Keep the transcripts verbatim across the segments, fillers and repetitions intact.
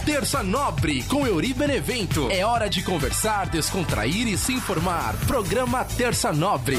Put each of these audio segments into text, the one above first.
Terça Nobre com Euri Benevento. É hora de conversar, descontrair e se informar. Programa Terça Nobre.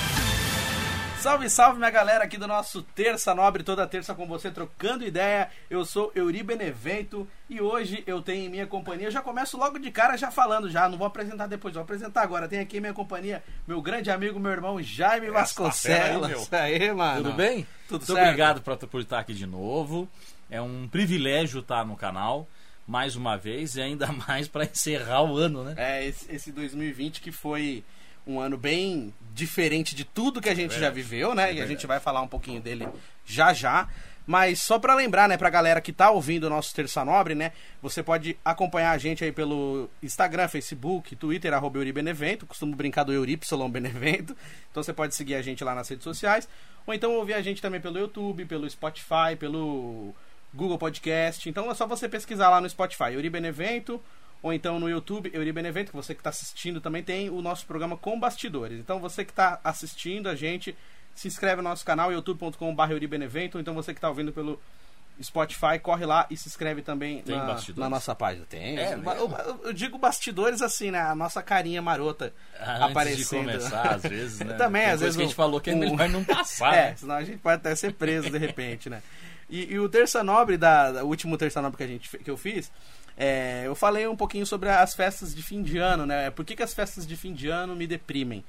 Salve, salve, minha galera aqui do nosso Terça Nobre, toda terça com você, trocando ideia. Eu sou Euri Benevento e hoje eu tenho em minha companhia, eu já começo logo de cara já falando já, não vou apresentar depois, vou apresentar agora. Tem aqui em minha companhia meu grande amigo, meu irmão Jaime Essa Vasconcelos. Isso aí, mano. Tudo bem? Tudo Muito certo. obrigado por, por estar aqui de novo. É um privilégio estar no canal mais uma vez e ainda mais para encerrar o ano, né? É, esse, esse dois mil e vinte que foi um ano bem diferente de tudo que a gente É já viveu, né? É e a gente vai falar um pouquinho dele já já. Mas só pra lembrar, né, pra galera que tá ouvindo o nosso Terça Nobre, né? Você pode acompanhar a gente aí pelo Instagram, Facebook, Twitter, arroba Euri Benevento. Costumo brincar do Euri Y Benevento. Então você pode seguir a gente lá nas redes sociais. Ou então ouvir a gente também pelo YouTube, pelo Spotify, pelo Google Podcast. Então é só você pesquisar lá no Spotify, Euri Benevento. Ou então no YouTube, Euri Benevento, que você que está assistindo também tem o nosso programa Com Bastidores. Então você que está assistindo a gente, se inscreve no nosso canal, youtube ponto com barra Euri Benevento. Ou então você que está ouvindo pelo Spotify, corre lá e se inscreve também Tem na, na nossa página. Tem. É, eu, eu, eu digo bastidores assim, né? A nossa carinha marota Ah, aparecendo. Antes de começar, às vezes, né? Também, Tem às coisa vezes que a gente o- falou que é o- melhor não passar, É, né? senão a gente pode até ser preso de repente, né? E, e o Terça Nobre, da, da- o último Terça Nobre que, a gente, fe- que eu fiz, é, eu falei um pouquinho sobre as festas de fim de ano, né? Por que, que as festas de fim de ano me deprimem?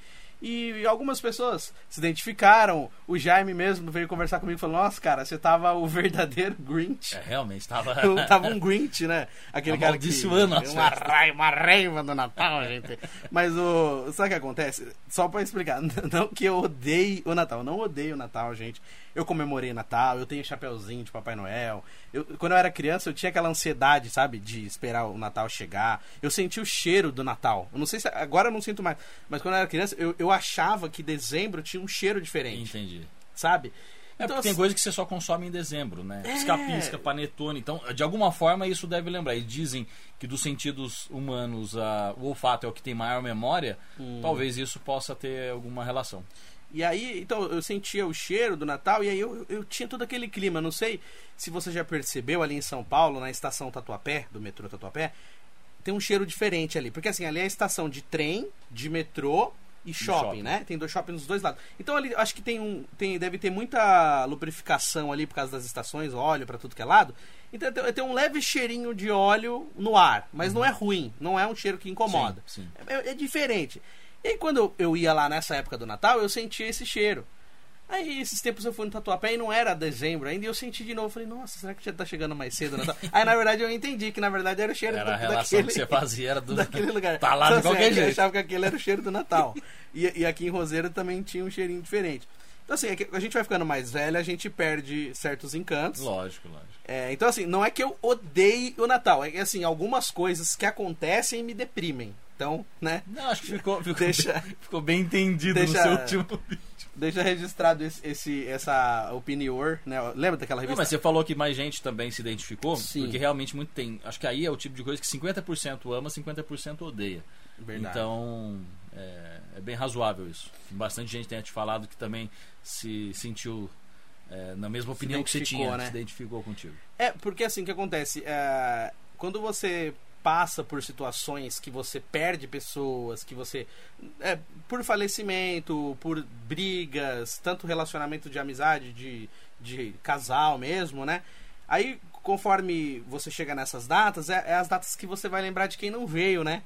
E algumas pessoas se identificaram. O Jaime mesmo veio conversar comigo e falou: nossa, cara, você tava o verdadeiro Grinch. É, realmente, tava... Eu tava um Grinch, né? Aquele cara que... Amaldiçoando as uma, festas. raiva, uma raiva do Natal, gente. Mas o... Sabe o que acontece? Só pra explicar. Não que eu odeie o Natal. Eu não odeio o Natal, gente. Eu comemorei Natal, eu tenho chapeuzinho de Papai Noel. Eu, quando eu era criança, eu tinha aquela ansiedade, sabe? De esperar o Natal chegar. Eu senti o cheiro do Natal. Eu não sei se... Agora eu não sinto mais. Mas quando eu era criança, eu, eu achava que dezembro tinha um cheiro diferente. Entendi. Sabe? É Então, porque tem assim, coisa que você só consome em dezembro, né? É. Pisca-pisca, panetone. Então, de alguma forma, isso deve lembrar. E dizem que dos sentidos humanos, a- o olfato é o que tem maior memória. Hum. Talvez isso possa ter alguma relação. E aí, então, eu sentia o cheiro do Natal e aí eu, eu tinha todo aquele clima. Não sei se você já percebeu ali em São Paulo, na estação Tatuapé, do metrô Tatuapé, tem um cheiro diferente ali. Porque assim, ali é a estação de trem, de metrô e shopping, shopping. né? Tem dois shoppings dos dois lados. Então ali, acho que tem um, tem, deve ter muita lubrificação ali por causa das estações, óleo pra tudo que é lado. Então tem, tem um leve cheirinho de óleo no ar, mas não é ruim, não é um cheiro que incomoda. Sim, sim. É, é diferente. E aí, quando eu, eu ia lá nessa época do Natal, eu sentia esse cheiro. Aí, esses tempos eu fui no Tatuapé e não era dezembro ainda, e eu senti de novo. Falei, nossa, será que já tá chegando mais cedo o Natal? Aí, na verdade, eu entendi que, na verdade, era o cheiro Era do, a relação daquele, que você fazia, era do... daquele lugar. Tá lá Então, de qualquer assim, Eu jeito. achava que aquele era o cheiro do Natal. E, e aqui em Roseiro também tinha um cheirinho diferente. Então, assim, é que a gente vai ficando mais velho, a gente perde certos encantos. Lógico, lógico. É, então, assim, não é que eu odeie o Natal. É que, assim, algumas coisas que acontecem me deprimem. Então, né? Não, acho que ficou, ficou, Deixa- bem, ficou bem entendido deixa- no seu último vídeo. Deixa registrado esse, esse- essa opinião, né? Lembra daquela Não, revista? mas você falou que mais gente também se identificou, Sim. porque realmente muito tem. Acho que aí é o tipo de coisa que cinquenta por cento ama, cinquenta por cento odeia. Verdade. Então, é, é bem razoável isso. Bastante gente tenha te falado que também se sentiu é, na mesma opinião que você identificou, tinha, né? se identificou contigo. É, porque assim, o que acontece? É, quando você passa por situações que você perde pessoas, que você... É, por falecimento, por brigas, tanto relacionamento de amizade, de, de casal mesmo, né? Aí, conforme você chega nessas datas, é, é as datas que você vai lembrar de quem não veio, né?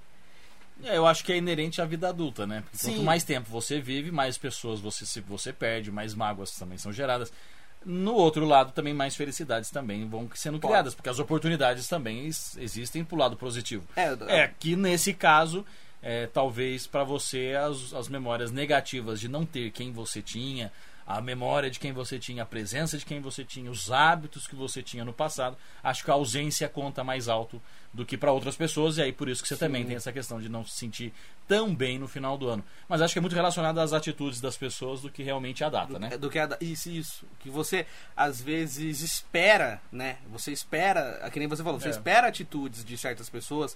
É, eu acho que é inerente à vida adulta, né? Porque quanto Sim. mais tempo você vive, mais pessoas você, se, você perde, mais mágoas também são geradas. No outro lado, também mais felicidades também vão sendo Pode. criadas, porque as oportunidades também es- existem pro lado positivo. É, É que nesse caso, é, talvez para você as, as memórias negativas de não ter quem você tinha, a memória de quem você tinha, a presença de quem você tinha, os hábitos que você tinha no passado, acho que a ausência conta mais alto do que para outras pessoas, e aí por isso que você Sim. também tem essa questão de não se sentir tão bem no final do ano. Mas acho que é muito relacionado às atitudes das pessoas do que realmente a data, né? Do, do que a, da- isso, isso. Que você, às vezes, espera, né? Você espera, que nem você falou, você É. espera atitudes de certas pessoas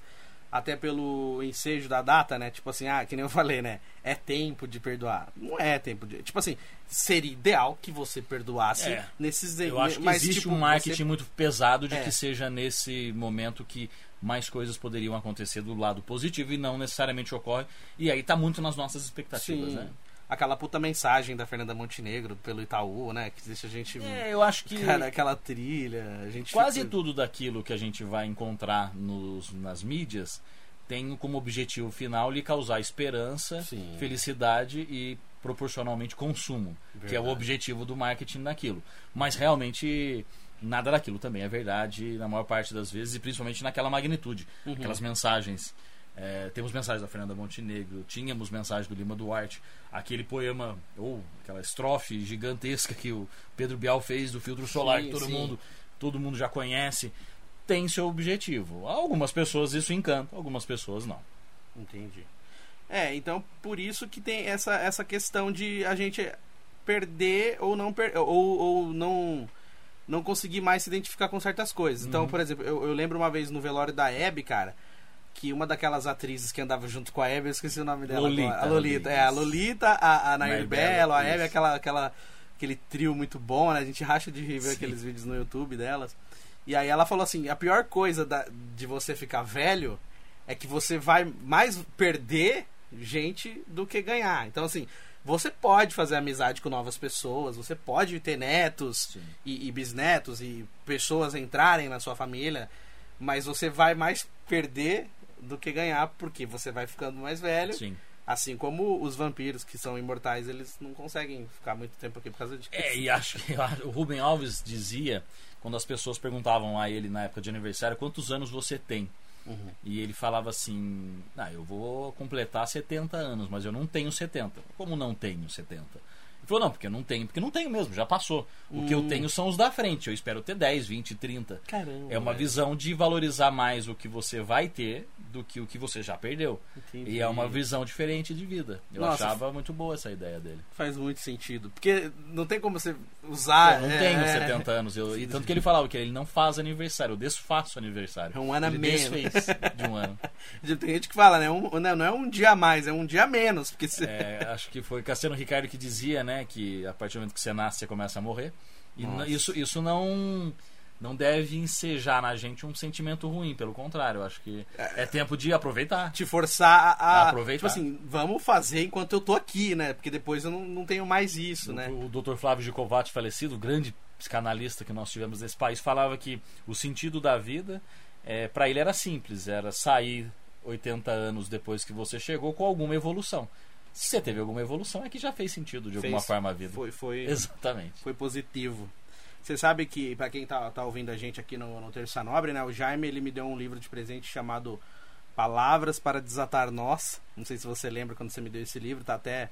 até pelo ensejo da data, né? Tipo assim, ah, que nem eu falei, né? É tempo de perdoar. Não é tempo de... Tipo assim, seria ideal que você perdoasse É. nesses... Eu acho que mas, existe tipo, um marketing você... muito pesado de É. que seja nesse momento que mais coisas poderiam acontecer do lado positivo e não necessariamente ocorre. E aí tá muito nas nossas expectativas, Sim. né? Aquela puta mensagem da Fernanda Montenegro pelo Itaú, né? Que deixa a gente... É, eu acho que Cara, aquela trilha... A gente quase fica... tudo daquilo que a gente vai encontrar nos, nas mídias tem como objetivo final lhe causar esperança, Sim. felicidade e proporcionalmente consumo, que é o Verdade. objetivo do marketing daquilo. Mas realmente nada daquilo também é verdade na maior parte das vezes e principalmente naquela magnitude, Uhum. aquelas mensagens. É, temos mensagens da Fernanda Montenegro, tínhamos mensagem do Lima Duarte, aquele poema ou aquela estrofe gigantesca que o Pedro Bial fez do filtro solar, Sim, que todo sim. mundo todo mundo já conhece, tem seu objetivo. Algumas pessoas isso encanta, algumas pessoas não. Entendi. É, então por isso que tem essa, essa questão de a gente perder ou não per ou, ou não não conseguir mais se identificar com certas coisas. Então, Uhum. por exemplo, eu, eu lembro uma vez no velório da Hebe, cara, que uma daquelas atrizes que andava junto com a Hebe, eu esqueci o nome dela Lolita, agora. A Lolita, Rodrigues. é, a Lolita, a, a Nair Nair Belo, Belo, a Hebe, isso. aquela, aquela, aquele trio muito bom, né? A gente racha de ver Sim. aqueles vídeos no YouTube delas. E aí ela falou assim, a pior coisa da, de você ficar velho é que você vai mais perder gente do que ganhar. Então, assim, você pode fazer amizade com novas pessoas, você pode ter netos e, e bisnetos e pessoas entrarem na sua família, mas você vai mais perder do que ganhar, porque você vai ficando mais velho. Sim. Assim como os vampiros, que são imortais, eles não conseguem ficar muito tempo aqui por causa disso. É, e acho que o Rubem Alves dizia, quando as pessoas perguntavam a ele na época de aniversário, quantos anos você tem? Uhum. E ele falava assim, ah, eu vou completar setenta anos, mas eu não tenho setenta. Como não tenho setenta? Ele falou, não, porque eu não tenho, porque não tenho mesmo, já passou. O Hum. que eu tenho são os da frente, eu espero ter dez, vinte, trinta. Caramba. É uma velho. visão de valorizar mais o que você vai ter do que o que você já perdeu. Entendi. E é uma visão diferente de vida. Eu Nossa, achava muito boa essa ideia dele. Faz muito sentido. Porque não tem como você usar... eu não é, tenho é, setenta anos. Eu, e tanto que ele falava que ele não faz aniversário, eu desfaço aniversário. É um ano a ele menos. desfez de um ano. Tem gente que fala, né? Um, não, não é um dia a mais, é um dia a menos. Porque você... É, acho que foi Cassiano Ricardo que dizia, né, que a partir do momento que você nasce, você começa a morrer. E Nossa. n- isso, isso não, não deve ensejar na gente um sentimento ruim, pelo contrário. Eu acho que é tempo de aproveitar. te forçar a, a Aproveitar. tipo assim, vamos fazer enquanto eu tô aqui, né? Porque depois eu não, não tenho mais isso, né? O, o doutor Flávio Gicovati, falecido, grande psicanalista que nós tivemos nesse país, falava que o sentido da vida, é, para ele era simples, era sair oitenta anos depois que você chegou com alguma evolução. Se você teve alguma evolução, é que já fez sentido de alguma Fez- forma a vida. Foi, foi, Exatamente. foi positivo. Você sabe que, pra quem tá, tá ouvindo a gente aqui no, no Terça Nobre, né? O Jaime, ele me deu um livro de presente chamado Palavras para Desatar Nós. Não sei se você lembra quando você me deu esse livro, tá até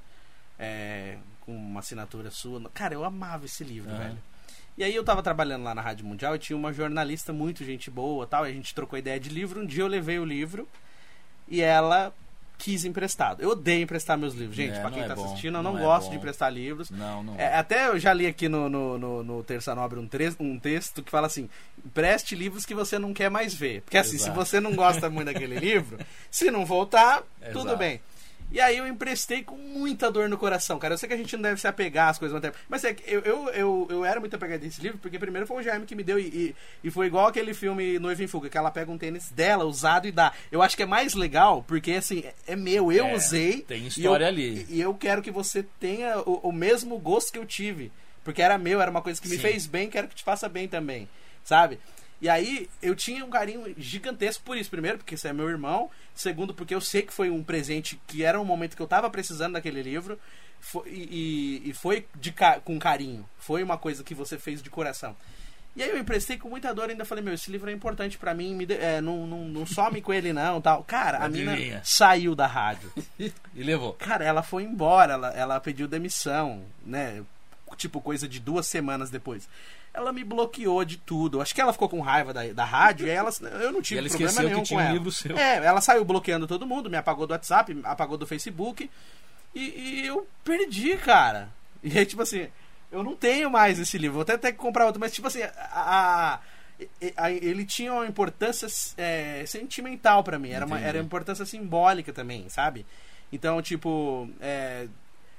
é, com uma assinatura sua. Cara, eu amava esse livro, Aham. velho. E aí eu tava trabalhando lá na Rádio Mundial e tinha uma jornalista muito gente boa, tal, e a gente trocou ideia de livro. Um dia eu levei o livro e ela quis emprestado. Eu odeio emprestar meus livros, gente. É, Pra não quem é tá bom, assistindo, eu não, não é gosto bom. de emprestar livros. Não, não. É, até eu já li aqui no, no, no, no Terça Nobre um, tre- um texto que fala assim: empreste livros que você não quer mais ver. Porque assim, Exato. se você não gosta muito daquele livro, se não voltar, tudo Exato. bem. E aí eu emprestei com muita dor no coração, cara. Eu sei que a gente não deve se apegar às coisas materiais, mas é que eu, eu, eu, eu era muito apegado a esse livro, porque primeiro foi o Jaime que me deu, e, e, e foi igual aquele filme Noiva em Fuga, que ela pega um tênis dela, usado, e dá. Eu acho que é mais legal, porque assim, é, é meu, eu É, usei. tem e história eu- ali. E, e eu quero que você tenha o, o mesmo gosto que eu tive. Porque era meu, era uma coisa que me Sim. fez bem, quero que te faça bem também, sabe? E aí, eu tinha um carinho gigantesco por isso. Primeiro, porque você é meu irmão. Segundo, porque eu sei que foi um presente que era um momento que eu tava precisando daquele livro. Foi- e, e- e foi de, ca- com carinho. Foi uma coisa que você fez de coração. E aí eu emprestei com muita dor e ainda falei, meu, esse livro é importante pra mim, me dê- é, não, não, não some com ele não, tal. Cara, a mina Adivinha. saiu da rádio. E levou. Cara, ela foi embora, ela, ela pediu demissão, né? Tipo, coisa de duas semanas depois. Ela me bloqueou de tudo. Acho que ela ficou com raiva da, da rádio e aí ela, eu não tive E ela problema esqueceu nenhum que tinha com um ela. livro seu. É, ela saiu bloqueando todo mundo, me apagou do WhatsApp, apagou do Facebook. E, e eu perdi, cara. E aí, tipo assim, eu não tenho mais esse livro. Vou até ter que comprar outro, mas tipo assim, a, a- ele tinha uma importância é, sentimental pra mim, era uma, era uma importância simbólica também, sabe? Então, tipo, é,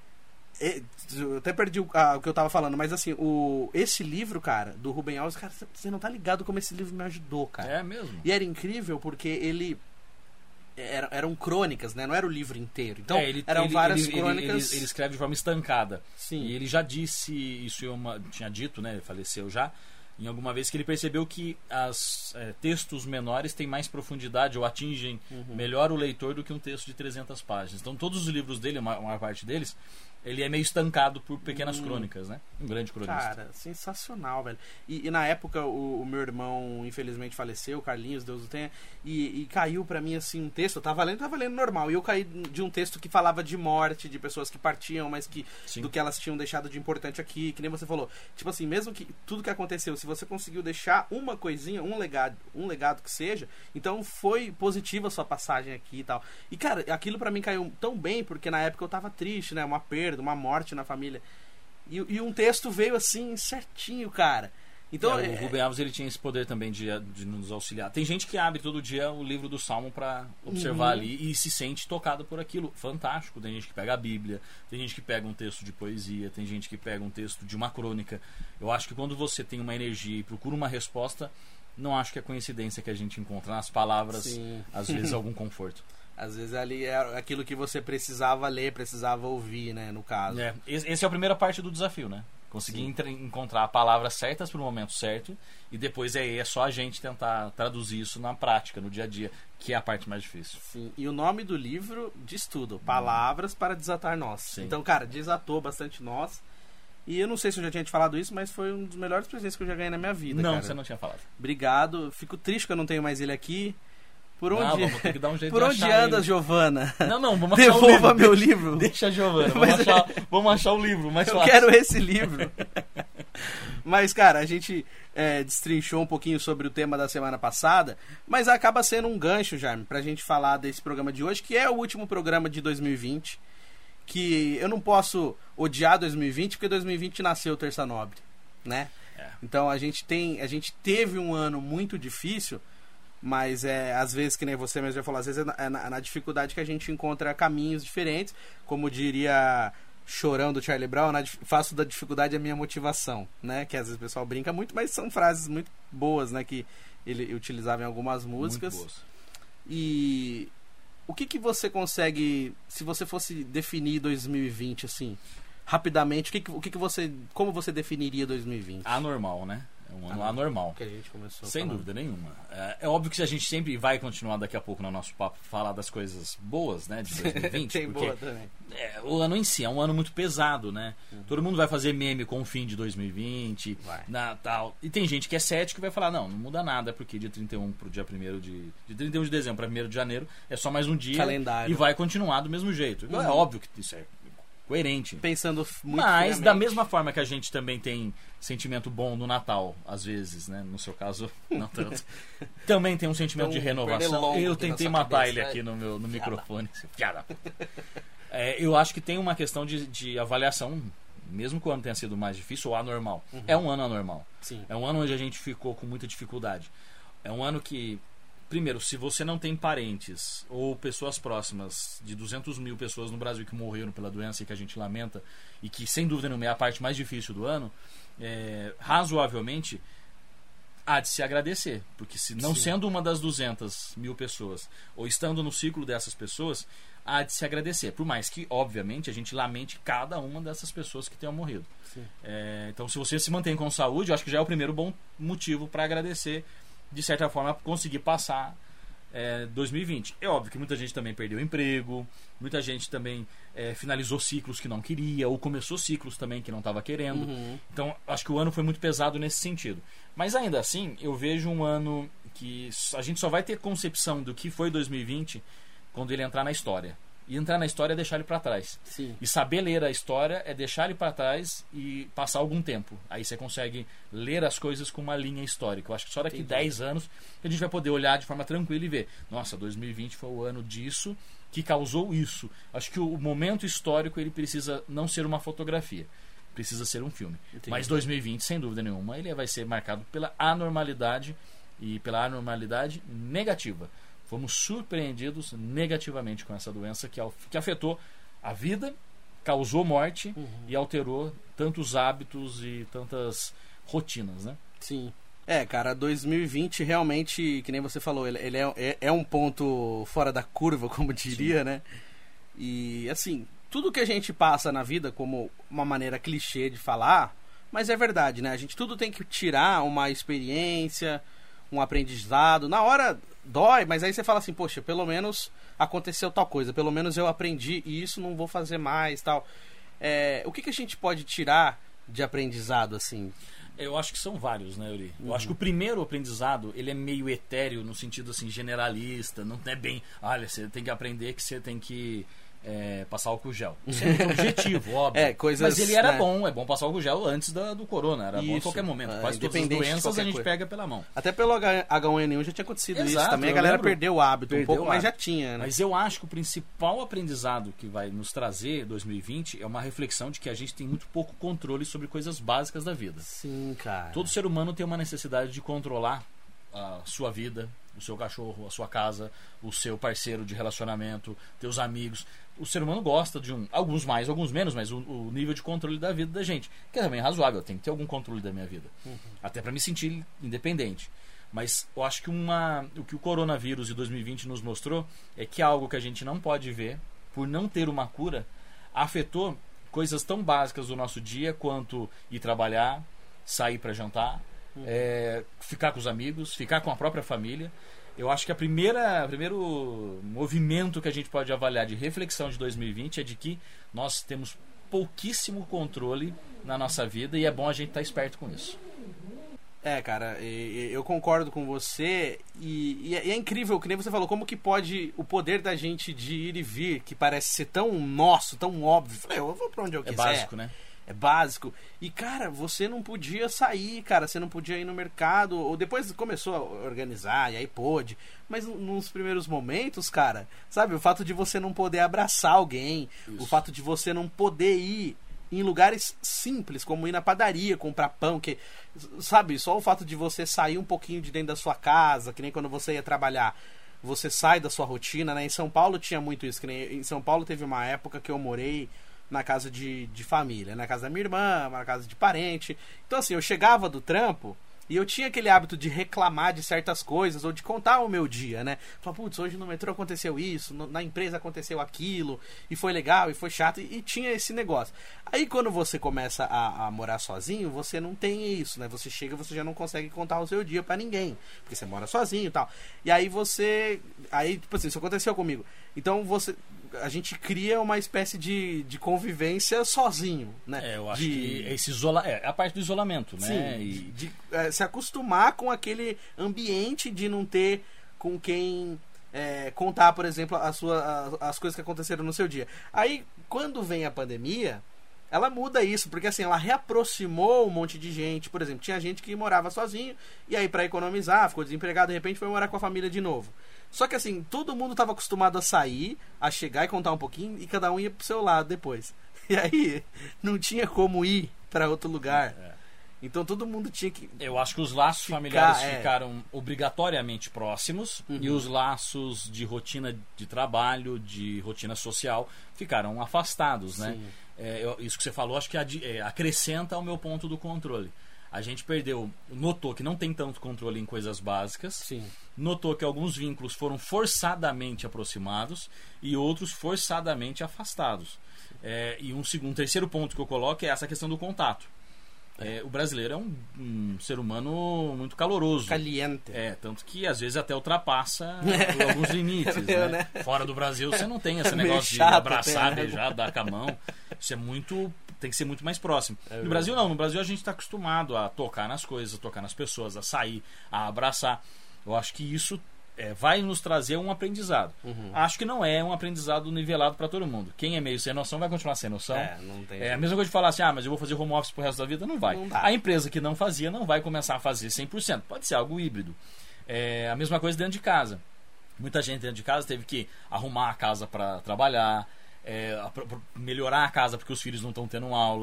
é, eu até perdi o, ah, o que eu tava falando, mas assim, o, esse livro, cara, do Rubem Alves, cara, você não tá ligado como esse livro me ajudou, cara. É mesmo? E era incrível porque ele... Era, eram crônicas, né? Não era o livro inteiro. Então, é, ele, eram ele, várias ele, crônicas... Ele, ele, ele escreve de forma estancada. Sim. E ele já disse, isso eu uma, tinha dito, né? Ele faleceu já, em alguma vez, que ele percebeu que os é, textos menores têm mais profundidade ou atingem uhum. melhor o leitor do que um texto de trezentas páginas. Então, todos os livros dele, uma, uma parte deles... Ele é meio estancado por pequenas hum. crônicas, né? Um grande cronista. Cara, sensacional, velho. E, e na época o, o meu irmão, infelizmente, faleceu, Carlinhos, Deus o tenha, e, e caiu pra mim, assim, um texto, eu tava lendo, tava lendo normal, e eu caí de um texto que falava de morte, de pessoas que partiam, mas que Sim. do que elas tinham deixado de importante aqui, que nem você falou. Tipo assim, mesmo que tudo que aconteceu, se você conseguiu deixar uma coisinha, um legado, um legado que seja, então foi positiva a sua passagem aqui e tal. E, cara, aquilo pra mim caiu tão bem, porque na época eu tava triste, né? Uma perda, uma morte na família. E, e um texto veio assim, certinho, cara. Então, é, é, o Rubem Alves ele tinha esse poder também de, de nos auxiliar. Tem gente que abre todo dia o livro do Salmo pra observar uhum. ali e se sente tocado por aquilo. Fantástico. Tem gente que pega a Bíblia, tem gente que pega um texto de poesia, tem gente que pega um texto de uma crônica. Eu acho que quando você tem uma energia e procura uma resposta, não acho que é coincidência que a gente encontra nas palavras, Sim. às vezes, algum conforto. Às vezes ali é aquilo que você precisava ler, precisava ouvir, né, no caso. É, essa é a primeira parte do desafio, né? Conseguir entre, encontrar palavras certas para o momento certo e depois é, é só a gente tentar traduzir isso na prática, no dia a dia, que é a parte mais difícil. Sim, e o nome do livro diz tudo, Palavras para Desatar Nós. Sim. Então, cara, desatou bastante nós. E eu não sei se eu já tinha te falado isso, mas foi um dos melhores presentes que eu já ganhei na minha vida, Não, cara. você não tinha falado. Obrigado, fico triste que eu não tenho mais ele aqui. Por onde, não, vamos ter que dar um jeito por de onde achar anda, ele. Giovana? Não, não, vamos achar Devolva o livro. meu livro. Deixa a Giovana, vamos, Mas, achar, vamos achar o livro, mais eu fácil. quero esse livro. Mas, cara, a gente é, destrinchou um pouquinho sobre o tema da semana passada, mas acaba sendo um gancho, Jaime, pra gente falar desse programa de hoje, que é o último programa de dois mil e vinte, que eu não posso odiar dois mil e vinte, porque dois mil e vinte nasceu o Terça Nobre, né? É. Então a gente tem, a gente teve um ano muito difícil, mas é, às vezes, que nem você mesmo já falou, às vezes é na, é na dificuldade que a gente encontra caminhos diferentes, como diria Chorão do Charlie Brown, na, faço da dificuldade a minha motivação, né? Que às vezes o pessoal brinca muito, mas são frases muito boas, né? Que ele utilizava em algumas músicas. Muito boas. E o que que você consegue, se você fosse definir dois mil e vinte, assim, rapidamente, o que que, o que que você, como você definiria dois mil e vinte? Anormal, né? É um ano anormal. Que a gente começou Sem falando. dúvida nenhuma. É, é óbvio que a gente sempre vai continuar daqui a pouco no nosso papo falar das coisas boas, né, de dois mil e vinte. Tem porque boa também. É, o ano em si é um ano muito pesado, né? Uhum. Todo mundo vai fazer meme com o fim de dois mil e vinte, na, tal. E tem gente que é cético e vai falar, não, não muda nada, porque dia trinta e um pro dia primeiro de... De trinta e um de dezembro para primeiro de janeiro é só mais um dia. Calendário. E vai continuar do mesmo jeito. Uhum. É óbvio que isso é coerente. Pensando muito Mas, friamente. da mesma forma que a gente também tem sentimento bom no Natal, às vezes, né? No seu caso, não tanto. Também tem um sentimento Então, de renovação. Eu tentei matar cabeça, ele né? aqui no meu no microfone. Piada. É, eu acho que tem uma questão de, de avaliação, mesmo que o ano tenha sido mais difícil ou anormal. Uhum. É um ano anormal. Sim. É um ano onde a gente ficou com muita dificuldade. É um ano que... Primeiro, se você não tem parentes ou pessoas próximas de duzentas mil pessoas no Brasil que morreram pela doença e que a gente lamenta, e que sem dúvida nenhuma é a parte mais difícil do ano, é, razoavelmente há de se agradecer. Porque se não Sim. sendo uma das duzentas mil pessoas ou estando no ciclo dessas pessoas, há de se agradecer. Por mais que, obviamente, a gente lamente cada uma dessas pessoas que tenham morrido. É, então, se você se mantém com saúde, eu acho que já é o primeiro bom motivo para agradecer, de certa forma, conseguir passar é, dois mil e vinte. É óbvio que muita gente também perdeu emprego, muita gente também é, finalizou ciclos que não queria, ou começou ciclos também que não estava querendo. Uhum. Então, acho que o ano foi muito pesado nesse sentido. Mas ainda assim, eu vejo um ano que a gente só vai ter concepção do que foi dois mil e vinte quando ele entrar na história. E entrar na história é deixar ele para trás. Sim. E saber ler a história é deixar ele para trás e passar algum tempo. Aí você consegue ler as coisas com uma linha histórica. Eu acho que só daqui dez anos que a gente vai poder olhar de forma tranquila e ver, nossa, dois mil e vinte foi o ano disso que causou isso. Acho que o momento histórico ele precisa não ser uma fotografia. precisa ser um filme. Entendi. Mas dois mil e vinte, sem dúvida nenhuma, ele vai ser marcado pela anormalidade e pela anormalidade negativa. Fomos surpreendidos negativamente com essa doença que, que afetou a vida, causou morte uhum. e alterou tantos hábitos e tantas rotinas, né? Sim. É, cara, dois mil e vinte realmente, que nem você falou, ele, ele é, é, é um ponto fora da curva, como diria, Sim. né? E, assim, tudo que a gente passa na vida, como uma maneira clichê de falar, mas é verdade, né? A gente tudo tem que tirar uma experiência, um aprendizado. Na hora dói, mas aí você fala assim, poxa, pelo menos aconteceu tal coisa, pelo menos eu aprendi e isso não vou fazer mais, tal. É, o que, que a gente pode tirar de aprendizado, assim? Eu acho que são vários, né, Yuri? Eu uhum. acho que o primeiro aprendizado, ele é meio etéreo, no sentido, assim, generalista. Não é bem, olha, você tem que aprender que você tem que é, passar álcool gel. Isso é muito objetivo, óbvio. É, coisas, Mas ele era né? bom, é bom passar álcool gel antes da, do corona. Era isso. bom a qualquer momento. É, Quase todas as doenças a gente coisa. pega pela mão. Até pelo H um N um já tinha acontecido Exato, isso também. A galera lembro. perdeu o hábito Perdeu um pouco, o mas hábito. já tinha, né? Mas eu acho que o principal aprendizado que vai nos trazer dois mil e vinte é uma reflexão de que a gente tem muito pouco controle sobre coisas básicas da vida. Sim, cara. Todo ser humano tem uma necessidade de controlar a sua vida, o seu cachorro, a sua casa, o seu parceiro de relacionamento, teus amigos. O ser humano gosta de um, alguns mais, alguns menos, mas o, o nível de controle da vida da gente, que é também razoável, eu tenho que ter algum controle da minha vida, uhum. até para me sentir independente. Mas eu acho que uma, o que o coronavírus de dois mil e vinte nos mostrou é que algo que a gente não pode ver, por não ter uma cura, afetou coisas tão básicas do nosso dia quanto ir trabalhar, sair para jantar, uhum. é, ficar com os amigos, ficar com a própria família. Eu acho que a primeira, o primeiro movimento que a gente pode avaliar de reflexão de dois mil e vinte é de que nós temos pouquíssimo controle na nossa vida e é bom a gente estar esperto com isso. É, cara, eu concordo com você e, e é incrível, que nem você falou, como que pode o poder da gente de ir e vir, que parece ser tão nosso, tão óbvio. Eu vou pra onde eu quiser. É básico, né? É básico. E, cara, você não podia sair, cara. Você não podia ir no mercado. Ou depois começou a organizar, e aí pôde. Mas nos primeiros momentos, cara, sabe? O fato de você não poder abraçar alguém. Isso. O fato de você não poder ir em lugares simples, como ir na padaria, comprar pão. Que, sabe? Só o fato de você sair um pouquinho de dentro da sua casa, que nem quando você ia trabalhar. Você sai da sua rotina, né? Em São Paulo tinha muito isso. Que nem, em São Paulo teve uma época que eu morei na casa de, de família, na casa da minha irmã, na casa de parente. Então, assim, eu chegava do trampo e eu tinha aquele hábito de reclamar de certas coisas ou de contar o meu dia, né? Falar, putz, hoje no metrô aconteceu isso, no, na empresa aconteceu aquilo, e foi legal, e foi chato, e, e tinha esse negócio. Aí, quando você começa a, a morar sozinho, você não tem isso, né? Você chega, você já não consegue contar o seu dia pra ninguém, porque você mora sozinho e tal. E aí você... Aí, tipo assim, isso aconteceu comigo. Então, você... A gente cria uma espécie de, de convivência sozinho, né? É, eu acho de... que esse isola... é a parte do isolamento, né? Sim, e... de, de é, se acostumar com aquele ambiente de não ter com quem é, contar, por exemplo, a sua, a, as coisas que aconteceram no seu dia. Aí, quando vem a pandemia, ela muda isso, porque assim, ela reaproximou um monte de gente. Por exemplo, tinha gente que morava sozinho, e aí para economizar, ficou desempregado, de repente foi morar com a família de novo. Só que assim, todo mundo estava acostumado a sair, a chegar e contar um pouquinho, e cada um ia pro seu lado depois. E aí, não tinha como ir para outro lugar. É. Então todo mundo tinha que... Eu acho que os laços ficar, familiares é. ficaram obrigatoriamente próximos, uhum. e os laços de rotina de trabalho, de rotina social, ficaram afastados, né? É, eu, isso que você falou, acho que ad, é, acrescenta ao meu ponto do controle. A gente perdeu, notou que não tem tanto controle em coisas básicas, Sim. notou que alguns vínculos foram forçadamente aproximados e outros forçadamente afastados. É, e um segundo, um terceiro ponto que eu coloco é essa questão do contato. É, o brasileiro é um, um ser humano muito caloroso. Caliente. É, tanto que às vezes até ultrapassa alguns limites. É, né? né? Fora do Brasil você não tem esse é negócio de abraçar, até, né? beijar, dar com a mão. Isso é muito... Tem que ser muito mais próximo. É no Brasil não, no Brasil a gente está acostumado a tocar nas coisas, a tocar nas pessoas, a sair, a abraçar. Eu acho que isso é, vai nos trazer um aprendizado. Uhum. Acho que não é um aprendizado nivelado para todo mundo. Quem é meio sem noção vai continuar sem noção. É, não tem é a mesma coisa de falar assim, ah, mas eu vou fazer home office pro resto da vida. Não vai. Não a empresa que não fazia não vai começar a fazer cem por cento. Pode ser algo híbrido. É a mesma coisa dentro de casa. Muita gente dentro de casa teve que arrumar a casa para trabalhar, É, melhorar a casa porque os filhos não estão tendo aula,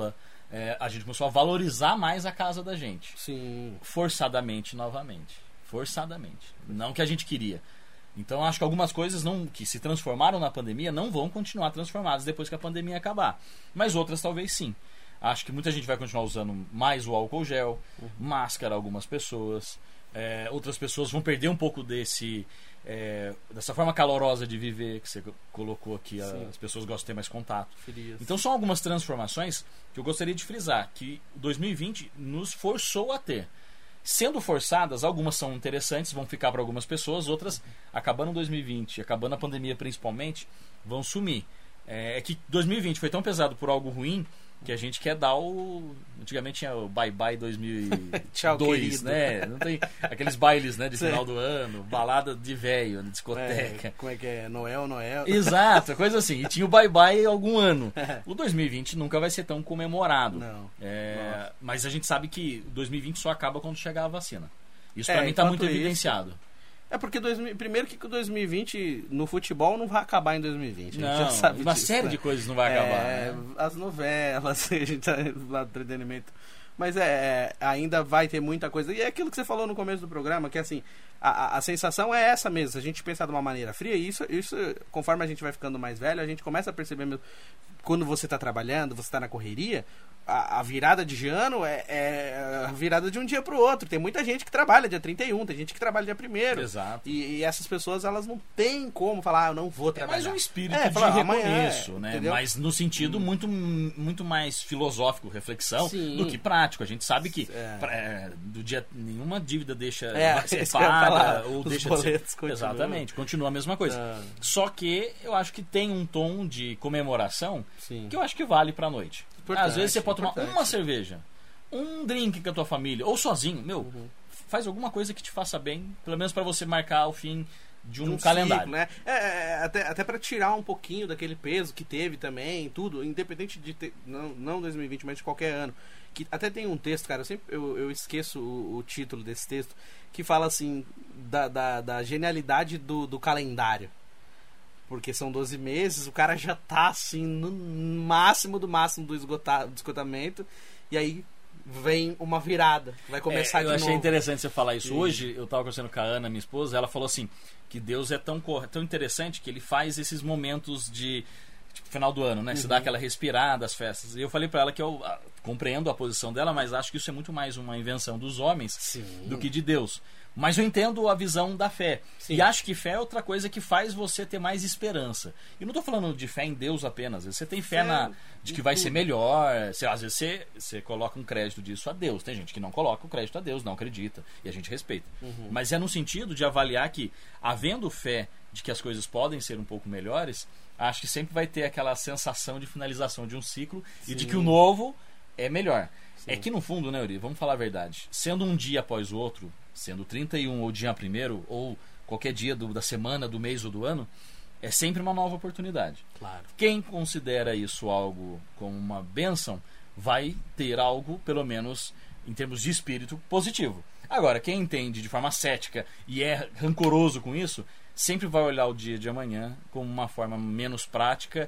é, a gente começou a valorizar mais a casa da gente. Sim. Forçadamente, novamente. Forçadamente. Não que a gente queria. Então acho que algumas coisas não, que se transformaram na pandemia não vão continuar transformadas depois que a pandemia acabar. Mas outras talvez sim. Acho que muita gente vai continuar usando mais o álcool gel, uhum. máscara algumas pessoas. É, outras pessoas vão perder um pouco desse... É, dessa forma calorosa de viver que você colocou aqui, a, as pessoas gostam de ter mais contato. Feliz. Então são algumas transformações que eu gostaria de frisar, que dois mil e vinte nos forçou a ter. Sendo forçadas, algumas são interessantes, vão ficar para algumas pessoas, outras, acabando dois mil e vinte, acabando a pandemia principalmente, vão sumir. É, é que dois mil e vinte foi tão pesado por algo ruim que a gente quer dar o... Antigamente tinha o Bye Bye dois mil e dois, Tchau, né? Não tem aqueles bailes, né, de final do ano, balada de velho, de discoteca. É, como é que é? Noel, Noel. Exato, coisa assim. E tinha o Bye Bye algum ano. O dois mil e vinte nunca vai ser tão comemorado. Não. É, mas a gente sabe que dois mil e vinte só acaba quando chegar a vacina. Isso é, pra mim tá muito isso, evidenciado. É porque dois mil, primeiro que dois mil e vinte no futebol não vai acabar em dois mil e vinte. Não, a gente já sabe uma disso, série né? de coisas não vai acabar. É, né? As novelas, a gente tá lá do entretenimento. Mas é, ainda vai ter muita coisa. E é aquilo que você falou no começo do programa, que assim, a, a, a sensação é essa mesmo. Se a gente pensar de uma maneira fria, isso, isso, conforme a gente vai ficando mais velho, a gente começa a perceber mesmo, quando você está trabalhando, você está na correria, a, a virada de ano é, é a virada de um dia pro outro. Tem muita gente que trabalha dia trinta e um, tem gente que trabalha dia primeiro. Exato. E, e essas pessoas, elas não têm como falar, ah, eu não vou trabalhar. É mais um espírito é, de falar, recomeço, amanhã, né? entendeu? Mas no sentido hum. muito, muito mais filosófico, reflexão, Sim. do que prático. A gente sabe que É. pra, é, do dia, nenhuma dívida deixa É, ser isso que eu ia paga falar, ou os deixa de boletos ser. continuam. Exatamente, continua a mesma coisa. Ah. Só que eu acho que tem um tom de comemoração Sim. que eu acho que vale pra noite. Importante, Às vezes você pode tomar importante. uma cerveja, um drink com a tua família, ou sozinho, meu, Uhum. faz alguma coisa que te faça bem, pelo menos pra você marcar o fim de um, de um calendário. ciclo, né? É, é, até, até para tirar um pouquinho daquele peso que teve também, tudo, independente de ter, não, não dois mil e vinte, mas de qualquer ano. Que até tem um texto, cara, eu sempre eu, eu esqueço o, o título desse texto, que fala assim da, da, da genialidade do, do calendário. Porque são doze meses, o cara já tá assim no máximo do máximo do, esgota, do esgotamento, e aí vem uma virada, vai começar é, de eu novo. achei interessante você falar isso. Sim. Hoje eu tava conversando com a Ana, minha esposa, ela falou assim que Deus é tão, tão interessante que ele faz esses momentos de tipo, final do ano, né? Uhum. Você dá aquela respirada, as festas. E eu falei pra ela que eu ah, compreendo a posição dela, mas acho que isso é muito mais uma invenção dos homens Sim. do que de Deus. Mas eu entendo a visão da fé. Sim. E acho que fé é outra coisa que faz você ter mais esperança. E não estou falando de fé em Deus apenas. Às vezes você tem fé, Fé na, de que em vai tudo. ser melhor. Você, às vezes você, você coloca um crédito disso a Deus. Tem gente que não coloca o crédito a Deus, não acredita. E a gente respeita. Uhum. Mas é no sentido de avaliar que, havendo fé de que as coisas podem ser um pouco melhores, acho que sempre vai ter aquela sensação de finalização de um ciclo Sim. e de que o novo é melhor. Sim. É que no fundo, né, Uri, vamos falar a verdade. Sendo um dia após o outro, sendo trinta e um ou dia primeiro, ou qualquer dia do, da semana, do mês ou do ano, é sempre uma nova oportunidade. Claro. Quem considera isso algo como uma bênção, vai ter algo, pelo menos em termos de espírito, positivo. Agora, quem entende de forma cética e é rancoroso com isso, sempre vai olhar o dia de amanhã como uma forma menos prática,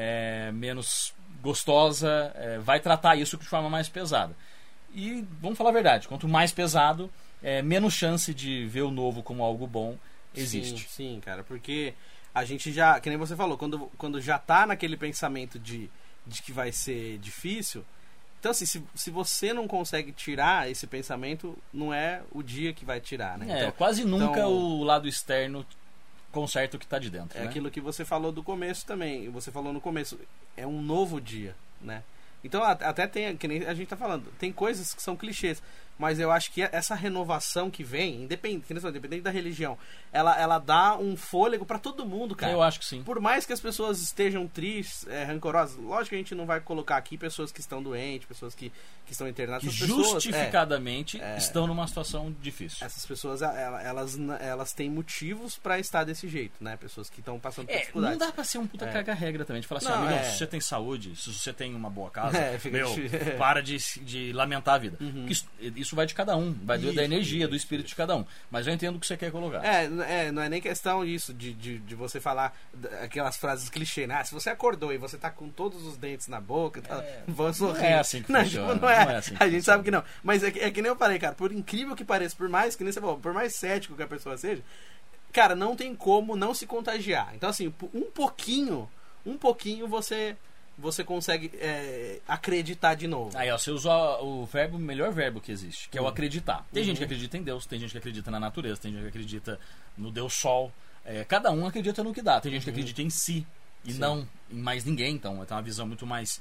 é, menos gostosa, é, vai tratar isso de forma mais pesada. E vamos falar a verdade, quanto mais pesado, é, menos chance de ver o novo como algo bom existe. Sim, sim, cara, porque a gente já, que nem você falou, quando, quando já tá naquele pensamento de, de que vai ser difícil, então assim, se, se você não consegue tirar esse pensamento, não é o dia que vai tirar, né? É, Então, quase nunca então, o lado externo conserta o que está de dentro. é né? aquilo que você falou do começo também, você falou no começo, é um novo dia, né? Então a- até tem, que nem a gente tá falando, tem coisas que são clichês, mas eu acho que essa renovação que vem, independente, que nem você falou, independente da religião, ela, ela dá um fôlego pra todo mundo, cara. Eu acho que sim. Por mais que as pessoas estejam tristes, é, rancorosas, lógico que a gente não vai colocar aqui pessoas que estão doentes, pessoas que, que estão internadas. Que Essas pessoas, é, justificadamente é. estão numa situação difícil. essas pessoas, ela- elas, elas têm motivos pra estar desse jeito, né? Pessoas que estão passando por É, dificuldades. não dá pra ser um puta É. caga-regra também, de falar assim, Não, amigão, é. se você tem saúde, se você tem uma boa casa, É, fica meu, difícil. para de, de lamentar a vida. Uhum. Porque isso, isso isso vai de cada um, vai Isso, da energia, isso, do espírito de cada um. Mas eu entendo o que você quer colocar. É, é, não é nem questão disso, de, de, de você falar aquelas frases clichê, né? Ah, se você acordou e você tá com todos os dentes na boca, tá, É, vão sorrir. não é assim que não, funciona. Tipo, não é, não é assim que a gente funciona. sabe que não. Mas é que, é que nem eu falei, cara, por incrível que pareça, por mais que nem você falou, por mais cético que a pessoa seja, cara, não tem como não se contagiar. Então, assim, um pouquinho, um pouquinho você... você consegue é, acreditar de novo. Aí, ó, você usou o verbo, o melhor verbo que existe, que é o acreditar. Tem Uhum. gente que acredita em Deus, tem gente que acredita na natureza, tem gente que acredita no Deus Sol. É, cada um acredita no que dá. Tem gente que acredita em si e Sim. não em mais ninguém. Então, tem uma visão muito mais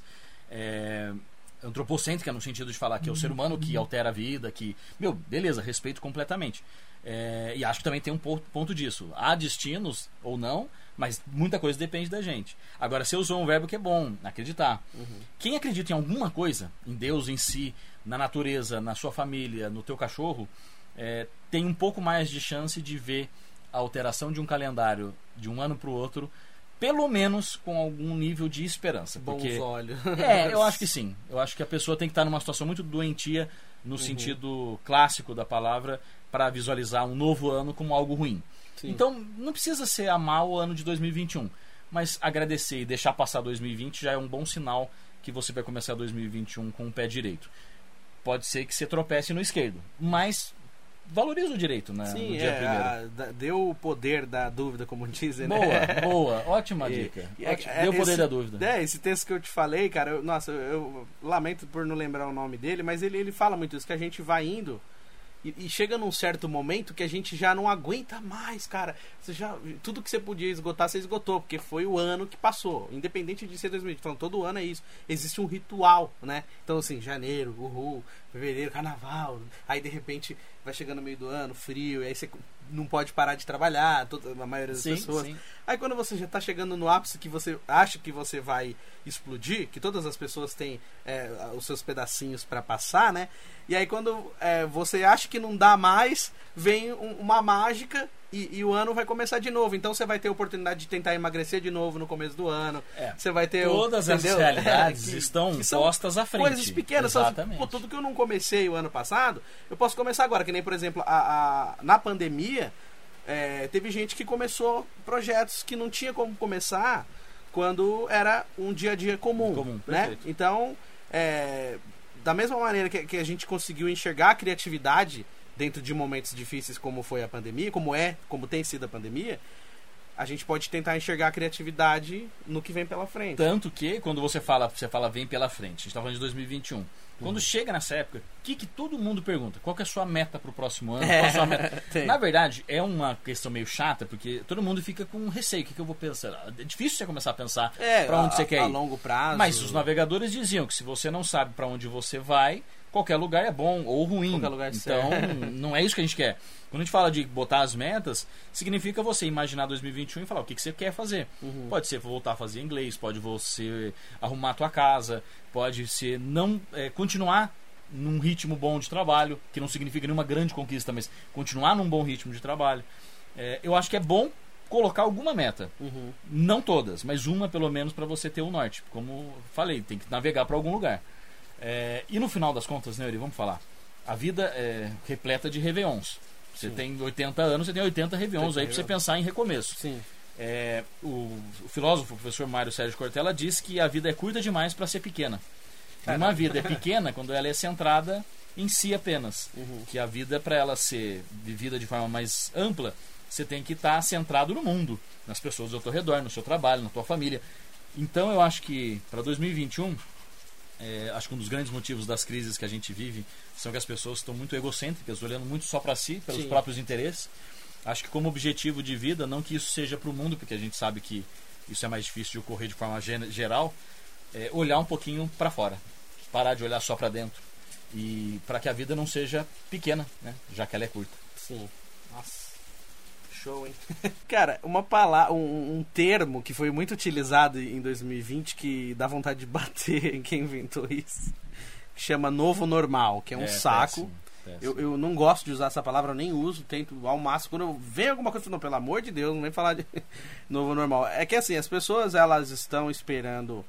é, antropocêntrica, no sentido de falar que é o ser humano que altera a vida, que... Meu, beleza, respeito completamente. É, e acho que também tem um ponto disso. Há destinos ou não, mas muita coisa depende da gente. Agora, você usou um verbo que é bom, acreditar. Uhum. Quem acredita em alguma coisa, em Deus em si, na natureza, na sua família, no teu cachorro, é, tem um pouco mais de chance de ver a alteração de um calendário de um ano para o outro, pelo menos com algum nível de esperança. Bons Porque, olhos. é, eu acho que sim. Eu acho que a pessoa tem que estar numa situação muito doentia, no Uhum. sentido clássico da palavra, para visualizar um novo ano como algo ruim. Sim. Então, não precisa ser amar o ano de dois mil e vinte e um, mas agradecer e deixar passar dois mil e vinte já é um bom sinal que você vai começar dois mil e vinte e um com o pé direito. Pode ser que você tropece no esquerdo, mas valoriza o direito, né, Sim, no dia é, primeiro. a- da- deu o poder da dúvida, como dizem, né? Boa, boa, ótima E- dica. e é- Ótimo. é- Deu o poder esse- da dúvida. É, esse texto que eu te falei, cara, eu- nossa, eu, eu lamento por não lembrar o nome dele, mas ele, ele fala muito isso, que a gente vai indo e, e chega num certo momento que a gente já não aguenta mais, cara. Você já, tudo que você podia esgotar, você esgotou, porque foi o ano que passou. Independente de ser dois mil e vinte, então, todo ano é isso. Existe um ritual, né? Então, assim, janeiro, uhul, fevereiro, carnaval. Aí, de repente, vai chegando no meio do ano, frio, e aí você não pode parar de trabalhar, toda, a maioria das Sim, pessoas. sim. Aí quando você já está chegando no ápice que você acha que você vai explodir, que todas as pessoas têm é, os seus pedacinhos para passar, né? E aí quando é, você acha que não dá mais, vem um- uma mágica e, e o ano vai começar de novo. Então você vai ter a oportunidade de tentar emagrecer de novo no começo do ano. É. Você vai ter o- Todas as entendeu? realidades É, que- estão que são postas à frente. Coisas pequenas, são, Exatamente. pô, tudo que eu não comecei o ano passado, eu posso começar agora. Que nem, por exemplo, a, a- na pandemia, é, teve gente que começou projetos que não tinha como começar quando era um dia a dia comum, Comum, né? perfeito. Então, é, da mesma maneira que, que a gente conseguiu enxergar a criatividade dentro de momentos difíceis como foi a pandemia, como é, como tem sido a pandemia, a gente pode tentar enxergar a criatividade no que vem pela frente. Tanto que, quando você fala, você fala vem pela frente, a gente está falando de dois mil e vinte e um. Quando Uhum. chega nessa época, o que, que todo mundo pergunta? Qual que é a sua meta para o próximo ano? É, Qual a sua meta? tem. Na verdade, é uma questão meio chata, porque todo mundo fica com receio. O que, que eu vou pensar? É difícil você começar a pensar É, para onde a- você quer a ir. longo prazo. Mas os navegadores diziam que se você não sabe para onde você vai, qualquer lugar é bom ou ruim. Qualquer lugar Então, serve. não é isso que a gente quer. Quando a gente fala de botar as metas, significa você imaginar dois mil e vinte e um e falar o que, que você quer fazer. Uhum. Pode ser voltar a fazer inglês, pode você arrumar a tua casa, pode ser não é, continuar num ritmo bom de trabalho, que não significa nenhuma grande conquista, mas continuar num bom ritmo de trabalho. É, eu acho que é bom colocar alguma meta. Uhum. Não todas, mas uma pelo menos para você ter o norte. Como falei, tem que navegar para algum lugar. É, e no final das contas, né, Yuri, vamos falar. A vida é repleta de réveillons. Você Sim. tem oitenta anos, você tem oitenta réveillons oitenta aí para você réveillons. pensar em recomeço. Sim. É, o, o filósofo, o professor Mário Sérgio Cortella, diz que a vida é curta demais para ser pequena. E uma vida é pequena quando ela é centrada em si apenas. Uhum. Que a vida, para ela ser vivida de forma mais ampla, você tem que estar centrado no mundo, nas pessoas ao teu redor, no seu trabalho, na tua família. Então eu acho que para dois mil e vinte e um, é, acho que um dos grandes motivos das crises que a gente vive são que as pessoas estão muito egocêntricas, olhando muito só para si, pelos Sim. próprios interesses. Acho que como objetivo de vida, não que isso seja para o mundo, porque a gente sabe que isso é mais difícil de ocorrer de forma gen- geral, é olhar um pouquinho para fora, parar de olhar só para dentro, e para que a vida não seja pequena, né? Já que ela é curta. Sim. Nossa. Show, hein? Cara, uma palavra, um, um termo que foi muito utilizado em dois mil e vinte que dá vontade de bater em quem inventou isso, que chama novo normal, que é um saco. péssimo, péssimo. Eu, eu não gosto de usar essa palavra, eu nem uso, tento ao máximo. Quando eu vejo alguma coisa, eu falo, não, pelo amor de Deus, não vem falar de novo normal. É que assim, as pessoas elas estão esperando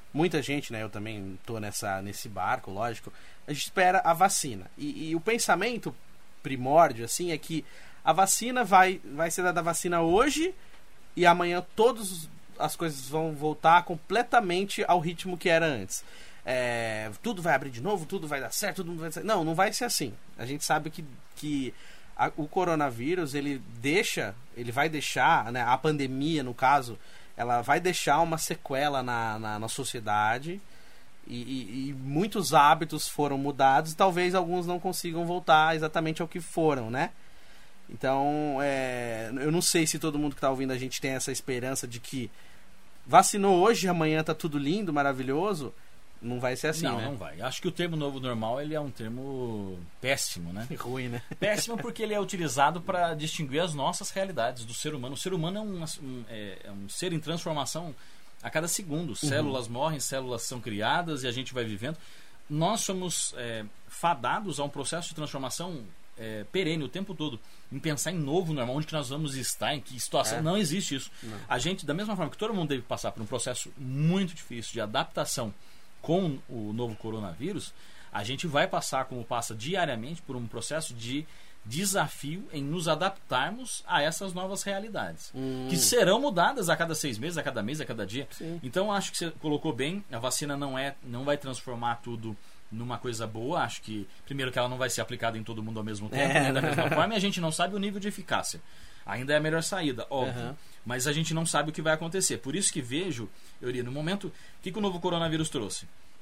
muita gente, né, eu também tô nessa, nesse barco, lógico, a gente espera a vacina. E, e o pensamento primórdio, assim, é que a vacina vai, vai ser dada a vacina hoje e amanhã todas as coisas vão voltar completamente ao ritmo que era antes. É, tudo vai abrir de novo, tudo vai dar certo, tudo vai dar certo. Não, não vai ser assim. A gente sabe que, que a, o coronavírus, ele deixa, ele vai deixar, né, a pandemia, no caso, ela vai deixar uma sequela na, na, na sociedade e, e, e muitos hábitos foram mudados e talvez alguns não consigam voltar exatamente ao que foram, né? Então, é, eu não sei se todo mundo que está ouvindo a gente tem essa esperança de que vacinou hoje, amanhã tá tudo lindo, maravilhoso. Não vai ser assim, não, né? Não, não vai. Acho que o termo novo normal, ele é um termo péssimo, né? Ruim, né? Péssimo porque ele é utilizado para distinguir as nossas realidades do ser humano. O ser humano é um, um, é, é um ser em transformação a cada segundo. Células uhum. morrem, células são criadas e a gente vai vivendo. Nós somos é, fadados a um processo de transformação é, perene o tempo todo. Em pensar em novo normal, onde que nós vamos estar, em que situação. É. Não existe isso. Não. A gente, da mesma forma que todo mundo teve que passar por um processo muito difícil de adaptação com o novo coronavírus, a gente vai passar, como passa diariamente, por um processo de desafio em nos adaptarmos a essas novas realidades, hum. que serão mudadas a cada seis meses, a cada mês, a cada dia. Sim. Então, acho que você colocou bem, a vacina não, é, não vai transformar tudo numa coisa boa. Acho que, primeiro, que ela não vai ser aplicada em todo mundo ao mesmo tempo, é. né, da mesma forma, e a gente não sabe o nível de eficácia. Ainda é a melhor saída, óbvio. Uhum. Mas a gente não sabe o que vai acontecer. Por isso que vejo, Euri, no momento, o que, que o novo coronavírus trouxe?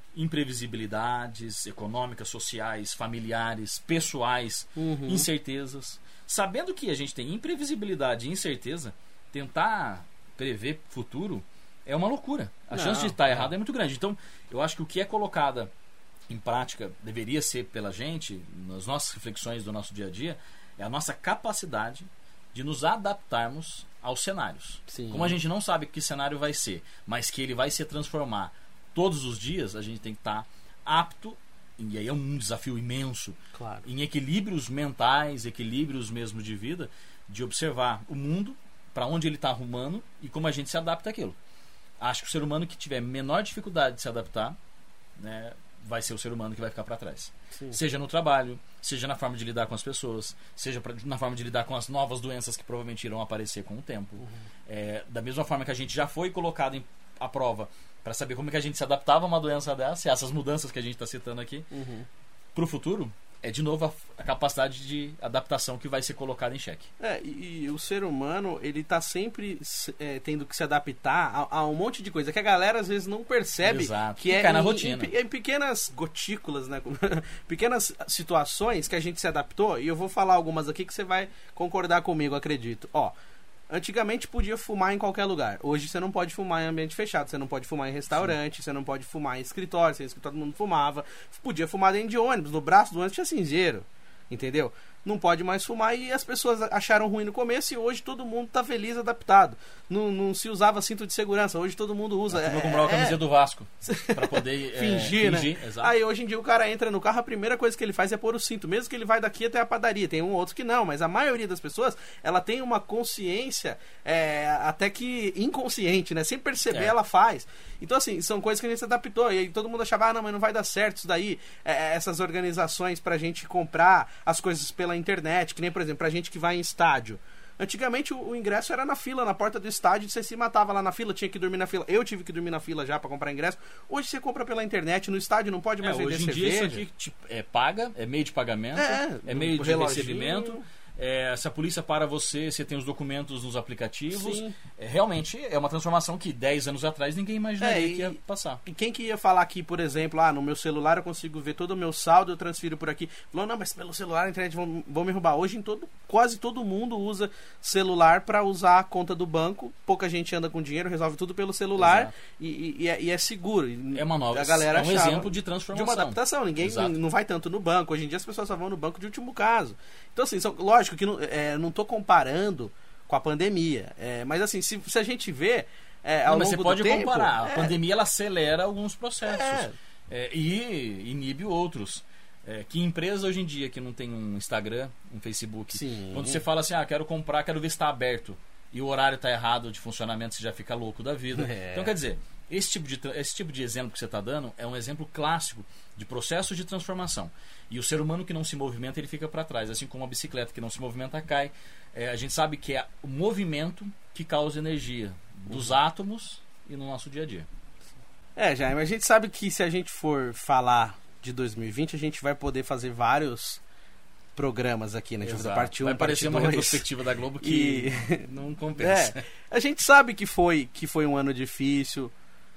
Imprevisibilidades econômicas, sociais, familiares, pessoais, uhum. incertezas. Sabendo que a gente tem imprevisibilidade e incerteza, tentar prever futuro é uma loucura. A não, chance de estar errado é muito grande. Então, eu acho que o que é colocada em prática, deveria ser pela gente, nas nossas reflexões do nosso dia a dia, é a nossa capacidade de nos adaptarmos aos cenários. Sim. Como a gente não sabe que cenário vai ser, mas que ele vai se transformar todos os dias, a gente tem que estar apto, e aí é um desafio imenso, claro. Em equilíbrios mentais, equilíbrios mesmo de vida, de observar o mundo, para onde ele está arrumando e como a gente se adapta àquilo. Acho que o ser humano que tiver menor dificuldade de se adaptar, né, vai ser o ser humano que vai ficar para trás. Sim. Seja no trabalho, seja na forma de lidar com as pessoas, seja pra, na forma de lidar com as novas doenças que provavelmente irão aparecer com o tempo. Uhum. É, da mesma forma que a gente já foi colocado em, à prova para saber como é que a gente se adaptava a uma doença dessa, essas mudanças que a gente está citando aqui, uhum. para o futuro, é de novo a, a capacidade de adaptação que vai ser colocada em xeque. É, e, e o ser humano, ele está sempre é, tendo que se adaptar a, a um monte de coisa que a galera às vezes não percebe. Exato. Que é na em, rotina. Em, em pequenas gotículas, né? Pequenas situações que a gente se adaptou, e eu vou falar algumas aqui que você vai concordar comigo, acredito. Ó, antigamente podia fumar em qualquer lugar. Hoje você não pode fumar em ambiente fechado. Você não pode fumar em restaurante. Sim. Você não pode fumar em escritório. Sem escritório todo mundo fumava. Podia fumar dentro de ônibus. No braço do ônibus tinha cinzeiro. Entendeu? Não pode mais fumar e as pessoas acharam ruim no começo e hoje todo mundo tá feliz, adaptado. Não, não se usava cinto de segurança, hoje todo mundo usa. Eu vou comprar uma camiseta é... do Vasco pra poder fingir, é, fingir, né? Exato. Aí hoje em dia o cara entra no carro, a primeira coisa que ele faz é pôr o cinto, mesmo que ele vai daqui até a padaria. Tem um ou outro que não, mas a maioria das pessoas, ela tem uma consciência é, até que inconsciente, né? Sem perceber, é. ela faz. Então, assim, são coisas que a gente se adaptou. E aí todo mundo achava, ah, não, mas não vai dar certo isso daí. É, essas organizações pra gente comprar as coisas pela internet, que nem, por exemplo, pra gente que vai em estádio. Antigamente o, o ingresso era na fila, na porta do estádio, você se matava lá na fila, tinha que dormir na fila. Eu tive que dormir na fila já pra comprar ingresso. Hoje você compra pela internet, no estádio não pode mais é, vender hoje em cerveja. Dia isso aqui tipo, é paga, é meio de pagamento, é, é meio de reloginho. Recebimento. É, se a polícia para você, você tem os documentos nos aplicativos. É, realmente é uma transformação que dez anos atrás ninguém imaginaria é, e, que ia passar. E quem que ia falar aqui, por exemplo, ah, no meu celular eu consigo ver todo o meu saldo, eu transfiro por aqui. Falou, não, mas pelo celular a internet vão, vão me roubar. Hoje em todo, quase todo mundo usa celular para usar a conta do banco. Pouca gente anda com dinheiro, resolve tudo pelo celular e, e, é, e é seguro. É uma nova, a galera é um exemplo de transformação. De uma adaptação. Ninguém não, não vai tanto no banco. Hoje em dia as pessoas só vão no banco de último caso. Então, assim, são, lógico que não, é, não tô comparando com a pandemia. É, mas, assim, se, se a gente vê é, ao não, mas longo você pode do comparar. Tempo, a é, pandemia, ela acelera alguns processos. É. É, e inibe outros. É, que empresa hoje em dia que não tem um Instagram, um Facebook, Sim. quando você fala assim, ah, quero comprar, quero ver se está aberto, e o horário está errado de funcionamento, você já fica louco da vida. É. Então, quer dizer, Esse tipo de, esse tipo de exemplo que você está dando é um exemplo clássico de processo de transformação. E o ser humano que não se movimenta, ele fica para trás. Assim como a bicicleta que não se movimenta, cai. É, a gente sabe que é o movimento que causa energia dos uhum. átomos e no nosso dia a dia. É, Jaime, a gente sabe que se a gente for falar de dois mil e vinte, a gente vai poder fazer vários programas aqui, né? A gente vai fazer parte um, vai parecer uma retrospectiva da Globo que e... não compensa. É, a gente sabe que foi, que foi um ano difícil,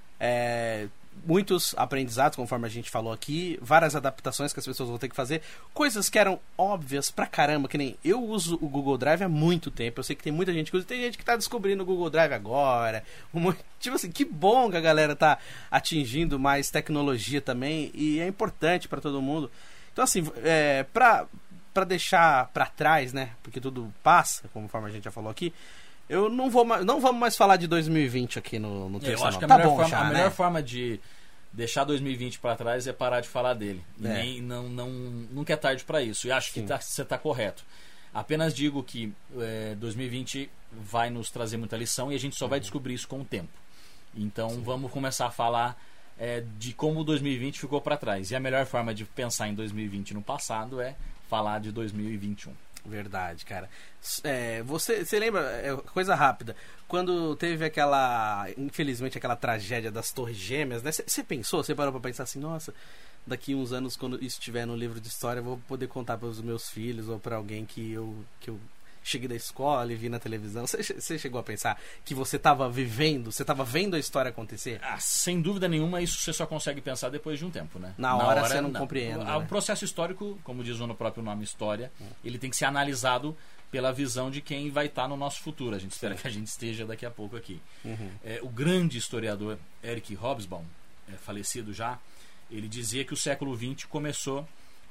é, muitos aprendizados, conforme a gente falou aqui, várias adaptações que as pessoas vão ter que fazer, coisas que eram óbvias pra caramba, que nem eu uso o Google Drive há muito tempo, eu sei que tem muita gente que usa, tem gente que tá descobrindo o Google Drive agora, um, tipo assim, que bom que a galera tá atingindo mais tecnologia também, e é importante pra todo mundo. Então assim, é, pra, pra deixar pra trás, né, porque tudo passa, conforme a gente já falou aqui, eu não vou mais, não vamos mais falar de dois mil e vinte aqui no, no Eu acho que a, tá melhor, bom forma, já, a né? melhor forma de deixar dois mil e vinte para trás é parar de falar dele. E É. nem, não, não, nunca é tarde para isso. E acho que tá, você está correto. Apenas digo que é, dois mil e vinte vai nos trazer muita lição e a gente só vai descobrir isso com o tempo. Então Sim. vamos começar a falar é, de como dois mil e vinte ficou para trás. E a melhor forma de pensar em dois mil e vinte no passado é falar de dois mil e vinte e um. Verdade, cara. É, você, você lembra, é, coisa rápida, quando teve aquela, infelizmente, aquela tragédia das Torres Gêmeas, né? Você pensou, você parou pra pensar assim, nossa, daqui uns anos, quando isso estiver no livro de história, eu vou poder contar pros meus filhos ou pra alguém que eu, que eu cheguei da escola e vi na televisão. Você chegou a pensar que você estava vivendo, você estava vendo a história acontecer? Ah, sem dúvida nenhuma, isso você só consegue pensar depois de um tempo, né? Na hora, Na hora você não, não. compreende. O, né? o processo histórico, como diz o próprio nome história, hum. ele tem que ser analisado pela visão de quem vai estar no nosso futuro. A gente espera Sim. que a gente esteja daqui a pouco aqui. Uhum. É, o grande historiador Eric Hobsbawm, é, falecido já, ele dizia que o século vinte começou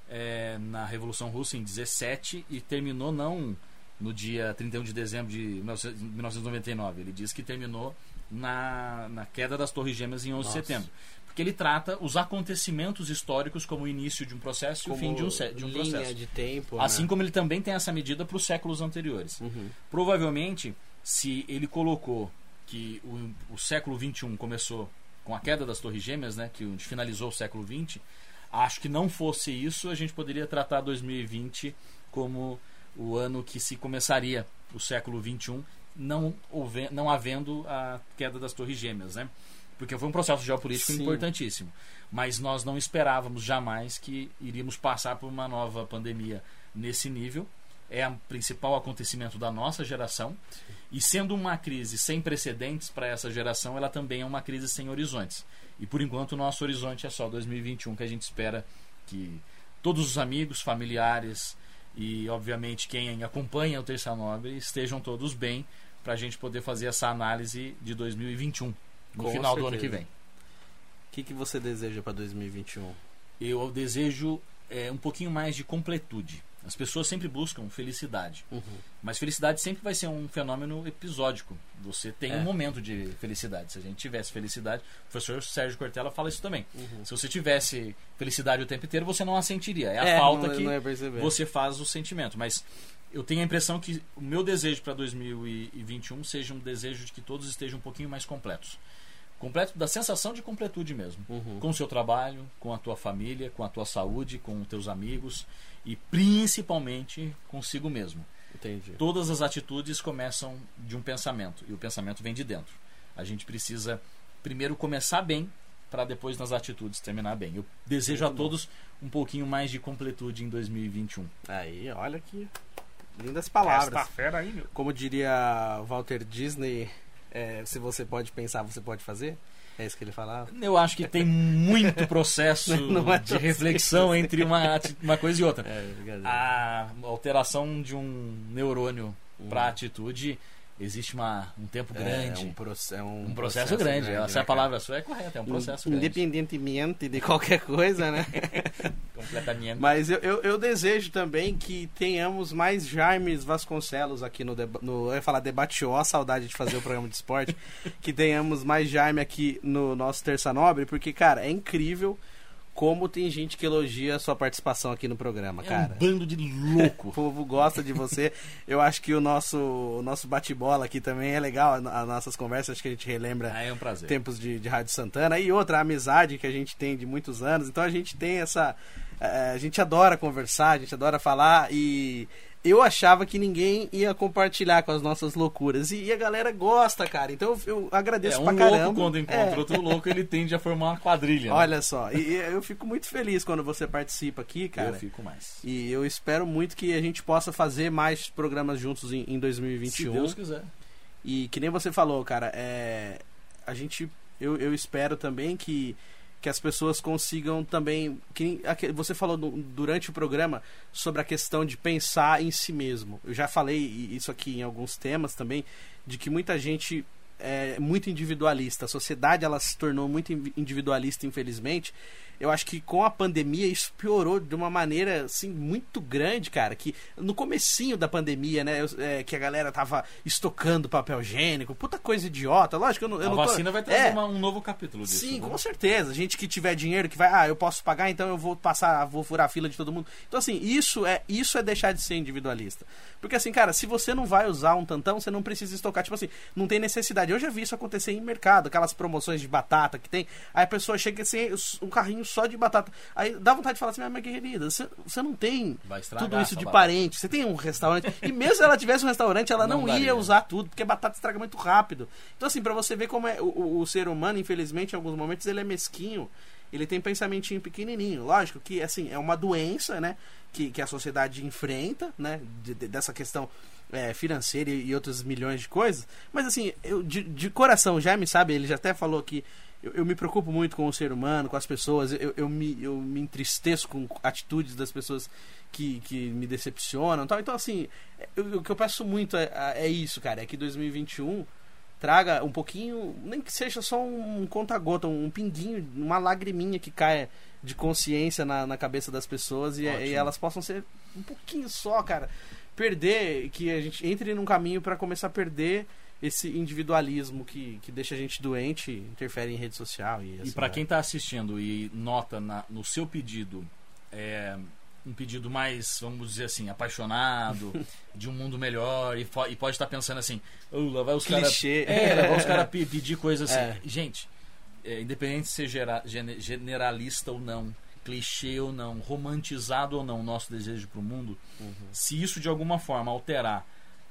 é, na Revolução Russa em dezessete e terminou não no dia trinta e um de dezembro de mil novecentos e noventa e nove. Ele diz que terminou na, na queda das Torres Gêmeas em onze Nossa. de setembro. Porque ele trata os acontecimentos históricos como o início de um processo como e o fim de um, de um linha processo. de tempo, assim né? como ele também tem essa medida para os séculos anteriores. Uhum. Provavelmente, se ele colocou que o, o século vinte e um começou com a queda das Torres Gêmeas, né, que finalizou o século vinte, acho que não fosse isso, a gente poderia tratar dois mil e vinte como o ano que se começaria o século vinte e um, não, houve, não havendo a queda das Torres Gêmeas, né? Porque foi um processo geopolítico Sim. importantíssimo. Mas nós não esperávamos jamais que iríamos passar por uma nova pandemia nesse nível. É o principal acontecimento da nossa geração. Sim. E sendo uma crise sem precedentes para essa geração, ela também é uma crise sem horizontes. E por enquanto o nosso horizonte é só dois mil e vinte e um, que a gente espera que todos os amigos, familiares e obviamente quem acompanha o Terça Nobre estejam todos bem, para a gente poder fazer essa análise de dois mil e vinte e um no Com final certeza. do ano que vem. O que, que você deseja para dois mil e vinte e um? Eu desejo é, um pouquinho mais de completude. As pessoas sempre buscam felicidade, uhum. mas felicidade sempre vai ser um fenômeno episódico. Você tem é. um momento de felicidade. Se a gente tivesse felicidade, o professor Sérgio Cortella fala isso também. Uhum. Se você tivesse felicidade o tempo inteiro, você não a sentiria. É a é, falta não, que não você faz o sentimento. Mas eu tenho a impressão que o meu desejo para dois mil e vinte e um seja um desejo de que todos estejam um pouquinho mais completos. Completo da sensação de completude mesmo. Uhum. Com o seu trabalho, com a tua família, com a tua saúde, com os teus amigos e principalmente consigo mesmo. Entendi. Todas as atitudes começam de um pensamento e o pensamento vem de dentro. A gente precisa primeiro começar bem para depois nas atitudes terminar bem. Eu desejo Muito a todos bom. um pouquinho mais de completude em dois mil e vinte e um. Aí, olha que lindas palavras. Esta fera aí, meu. Como diria Walter Disney, é, se você pode pensar, você pode fazer? É isso que ele falava? Eu acho que tem muito processo não é de reflexão entre uma, uma coisa e outra. É, a alteração de um neurônio hum. para a atitude, existe uma, um tempo grande. É um, pro, é um, um processo, processo grande. grande. Essa né, palavra sua é correta, é um processo grande. Independentemente de qualquer coisa, né? Completamente. Mas eu, eu, eu desejo também que tenhamos mais Jaimes Vasconcelos aqui no, no eu ia falar debate show, a saudade de fazer o programa de esporte, que tenhamos mais Jaime aqui no nosso Terça Nobre, porque, cara, é incrível como tem gente que elogia a sua participação aqui no programa, cara. É um bando de louco. O povo gosta de você. Eu acho que o nosso, o nosso bate-bola aqui também é legal, as nossas conversas, acho que a gente relembra ah, é um prazer. tempos de, de Rádio Santana. E outra, a amizade que a gente tem de muitos anos. Então a gente tem essa... É, a gente adora conversar, a gente adora falar e... Eu achava que ninguém ia compartilhar com as nossas loucuras. E, e a galera gosta, cara. Então eu, eu agradeço é, um pra caramba. Louco, quando encontra é. outro louco, ele tende a formar uma quadrilha. Né? Olha só. E, e eu fico muito feliz quando você participa aqui, cara. Eu fico mais. E eu espero muito que a gente possa fazer mais programas juntos em, em dois mil e vinte e um. Se Deus quiser. E que nem você falou, cara. É, a gente... Eu, eu espero também que... que as pessoas consigam também... Que, você falou no, durante o programa sobre a questão de pensar em si mesmo. Eu já falei isso aqui em alguns temas também, de que muita gente é muito individualista. A sociedade ela se tornou muito individualista, infelizmente. Eu acho que com a pandemia isso piorou de uma maneira assim, muito grande, cara. Que no comecinho da pandemia, né? Eu, é, que a galera tava estocando papel higiênico. Puta coisa idiota. Lógico, eu não, eu a não vacina tô... vai trazer é. uma, um novo capítulo disso. Sim, né? com certeza. Gente que tiver dinheiro, que vai... Ah, eu posso pagar, então eu vou passar... Vou furar a fila de todo mundo. Então, assim, isso é, isso é deixar de ser individualista. Porque, assim, cara, se você não vai usar um tantão, você não precisa estocar. Tipo assim, não tem necessidade. Eu já vi isso acontecer em mercado. Aquelas promoções de batata que tem. Aí a pessoa chega assim, um carrinho só de batata. Aí dá vontade de falar assim, minha querida, você, você não tem tudo isso de batata. Parente, você tem um restaurante. E mesmo se ela tivesse um restaurante, ela não, não ia usar tudo, porque batata estraga muito rápido. Então assim, pra você ver como é o, o, o ser humano, infelizmente, em alguns momentos, ele é mesquinho, ele tem pensamentinho pequenininho. Lógico que, assim, é uma doença, né, que, que a sociedade enfrenta, né, de, de, dessa questão é, financeira e, e outros milhões de coisas. Mas assim, eu, de, de coração, o Jaime sabe, ele já até falou que Eu, eu me preocupo muito com o ser humano, com as pessoas. Eu, eu, me, eu me entristeço com atitudes das pessoas que, que me decepcionam. Tal. Então, assim, eu, o que eu peço muito é, é isso, cara. É que dois mil e vinte e um traga um pouquinho, nem que seja só um conta-gota, um pinguinho, uma lagriminha que caia de consciência na, na cabeça das pessoas e, e elas possam ser um pouquinho só, cara. Perder, que a gente entre num caminho para começar a perder esse individualismo que, que deixa a gente doente, interfere em rede social. E, assim, e para quem está assistindo e nota na, no seu pedido é, um pedido mais, vamos dizer assim, apaixonado, de um mundo melhor, e, e pode estar tá pensando assim, oh, lá vai os caras é, os cara pedir coisas assim. É. Gente, é, independente de ser gera, generalista ou não, clichê ou não, romantizado ou não o nosso desejo para o mundo, uhum. se isso de alguma forma alterar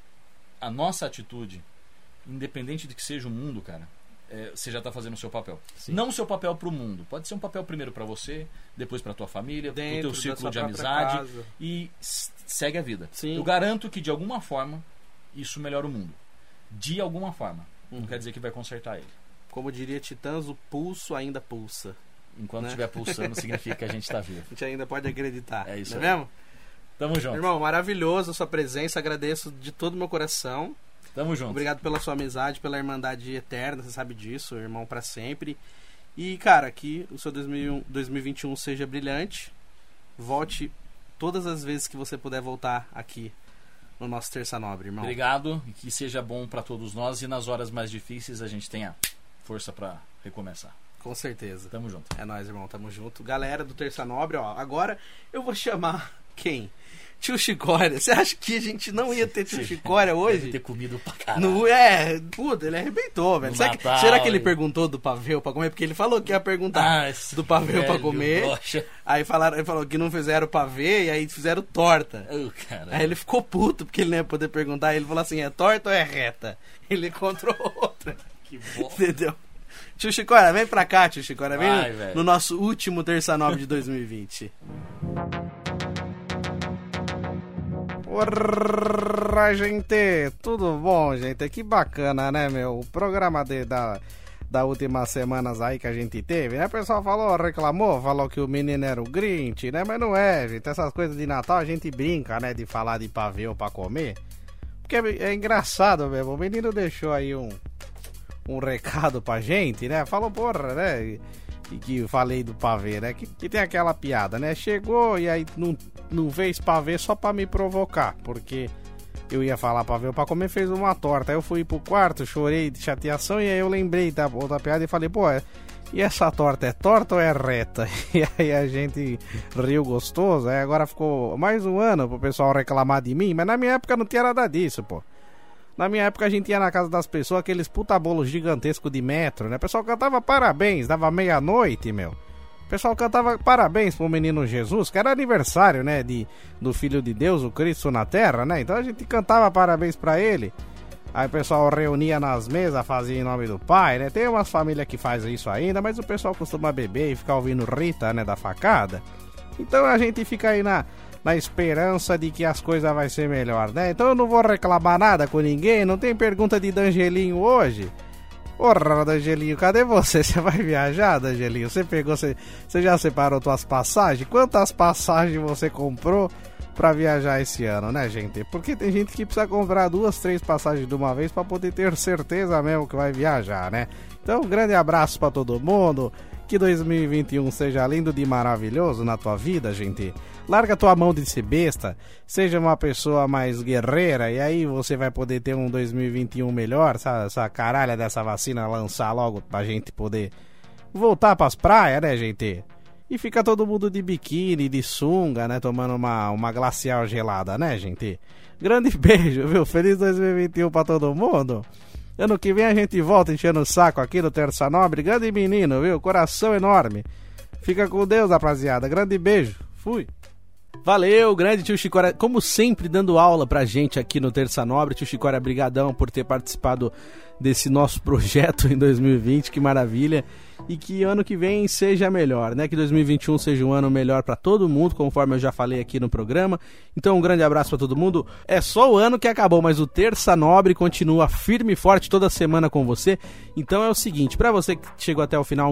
a nossa atitude, independente de que seja o mundo, cara, é, você já está fazendo o seu papel. Sim. Não o seu papel para o mundo. Pode ser um papel primeiro para você, depois para tua família, para o teu círculo de amizade casa. E segue a vida. Sim. Eu garanto que de alguma forma isso melhora o mundo. De alguma forma. Uhum. Não quer dizer que vai consertar ele. Como diria Titãs, o pulso ainda pulsa. Enquanto né? estiver pulsando, significa que a gente está vivo. A gente ainda pode acreditar. É isso não aí. É mesmo? Tamo junto. Irmão, maravilhoso a sua presença. Agradeço de todo o meu coração. Tamo junto. Obrigado pela sua amizade, pela irmandade eterna, você sabe disso, irmão pra sempre. E, cara, que o seu dois mil e vinte e um seja brilhante. Volte todas as vezes que você puder voltar aqui no nosso Terça Nobre, irmão. Obrigado, e que seja bom pra todos nós. E nas horas mais difíceis a gente tenha força pra recomeçar. Com certeza. Tamo junto. É nóis, irmão, tamo junto. Galera do Terça Nobre, ó, agora eu vou chamar quem? Tio Chicória. Você acha que a gente não ia ter Tio Chicória hoje? Deve ter comido pra caralho. No, é, puta, ele arrebentou, velho. Será que, será que ele perguntou do pavê pra comer? Porque ele falou que ia perguntar ah, do pavê pra comer. Broxa. Aí falaram, ele falou que não fizeram pavê e aí fizeram torta. Oh, aí ele ficou puto porque ele não ia poder perguntar. Ele falou assim, é torta ou é reta? Ele encontrou outra. Que bom. Entendeu? Tio Chicória, vem pra cá, tio Chicória. Vem Vai, no, no nosso último Terça Nobre de dois mil e vinte. Ora, gente, tudo bom, gente? Que bacana, né, meu? O programa de, da, da últimas semanas aí que a gente teve, né? O pessoal falou, reclamou, falou que o menino era o Grinch, né? Mas não é, gente. Essas coisas de Natal a gente brinca, né? De falar de pavê ou pra comer. Porque é, é engraçado mesmo. O menino deixou aí um, um recado pra gente, né? Falou, porra, né? E que eu falei do pavê, né? Que, que tem aquela piada, né? Chegou e aí não, não fez pavê só pra me provocar, porque eu ia falar pavê pra comer, fez uma torta. Aí eu fui pro quarto, chorei de chateação e aí eu lembrei da outra piada e falei, pô, e essa torta é torta ou é reta? E aí a gente riu gostoso, aí agora ficou mais um ano pro pessoal reclamar de mim, mas na minha época não tinha nada disso, pô. Na minha época a gente ia na casa das pessoas, aqueles puta bolos gigantescos de metro, né? O pessoal cantava parabéns, dava meia-noite, meu. O pessoal cantava parabéns pro menino Jesus, que era aniversário, né, de, do Filho de Deus, o Cristo na Terra, né? Então a gente cantava parabéns pra ele. Aí o pessoal reunia nas mesas, fazia em nome do pai, né? Tem umas famílias que fazem isso ainda, mas o pessoal costuma beber e ficar ouvindo Rita, né, da facada. Então a gente fica aí na... na esperança de que as coisas vai ser melhor, né? Então eu não vou reclamar nada com ninguém, não tem pergunta de D'Angelinho hoje. Porra, D'Angelinho, cadê você? Você vai viajar, D'Angelinho? Você pegou, você, você já separou suas passagens? Quantas passagens você comprou pra viajar esse ano, né, gente? Porque tem gente que precisa comprar duas, três passagens de uma vez pra poder ter certeza mesmo que vai viajar, né? Então, um grande abraço pra todo mundo. Que dois mil e vinte e um seja lindo de maravilhoso na tua vida, gente. Larga tua mão de ser besta, seja uma pessoa mais guerreira, e aí você vai poder ter um dois mil e vinte e um melhor, essa, essa caralha dessa vacina lançar logo pra gente poder voltar pras praias, né, gente? E fica todo mundo de biquíni, de sunga, né, tomando uma, uma glacial gelada, né, gente? Grande beijo, viu? Feliz dois mil e vinte e um pra todo mundo. Ano que vem a gente volta enchendo o saco aqui no Terça Nobre. Grande menino, viu? Coração enorme. Fica com Deus, rapaziada. Grande beijo. Fui. Valeu, grande tio Chicória, como sempre dando aula pra gente aqui no Terça Nobre. Tio Chicória, brigadão por ter participado desse nosso projeto em dois mil e vinte, que maravilha. E que ano que vem seja melhor, né? Que dois mil e vinte e um seja um ano melhor pra todo mundo, conforme eu já falei aqui no programa. Então um grande abraço pra todo mundo. É só o ano que acabou, mas o Terça Nobre continua firme e forte toda semana com você. Então é o seguinte, pra você que chegou até o final,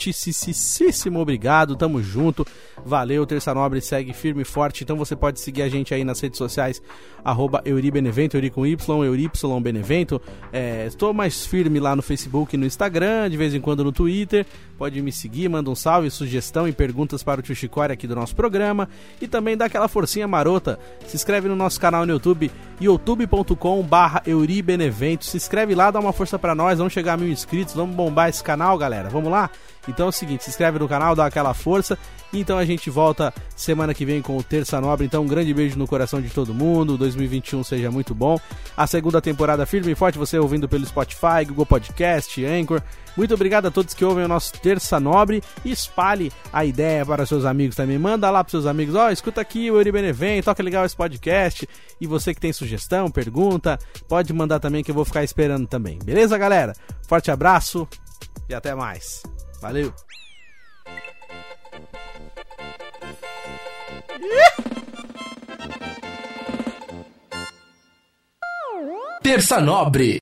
muitíssimo obrigado, tamo junto. Valeu, Terça Nobre segue firme e forte. Então você pode seguir a gente aí nas redes sociais, arroba Euribenevento, Euri com Y, Euri Benevento. É, estou mais firme lá no Facebook e no Instagram, de vez em quando no Twitter. Pode me seguir, manda um salve, sugestão e perguntas para o tio Chicória aqui do nosso programa. E também dá aquela forcinha marota, se inscreve no nosso canal no YouTube, youtube ponto com barra Euribenevento. Se inscreve lá, dá uma força para nós, vamos chegar a mil inscritos, vamos bombar esse canal, galera, vamos lá? Então é o seguinte, se inscreve no canal, dá aquela força. E então a gente volta semana que vem com o Terça Nobre. Então um grande beijo no coração de todo mundo, dois mil e vinte e um seja muito bom. A segunda temporada firme e forte, você ouvindo pelo Spotify, Google Podcast, Anchor. Muito obrigado a todos que ouvem o nosso Terça Nobre. E espalhe a ideia para seus amigos também. Manda lá para seus amigos, ó, oh, escuta aqui o Euribenevento, toca legal esse podcast. E você que tem sugestão, pergunta, pode mandar também que eu vou ficar esperando também. Beleza, galera? Forte abraço e até mais. Valeu! Terça Nobre.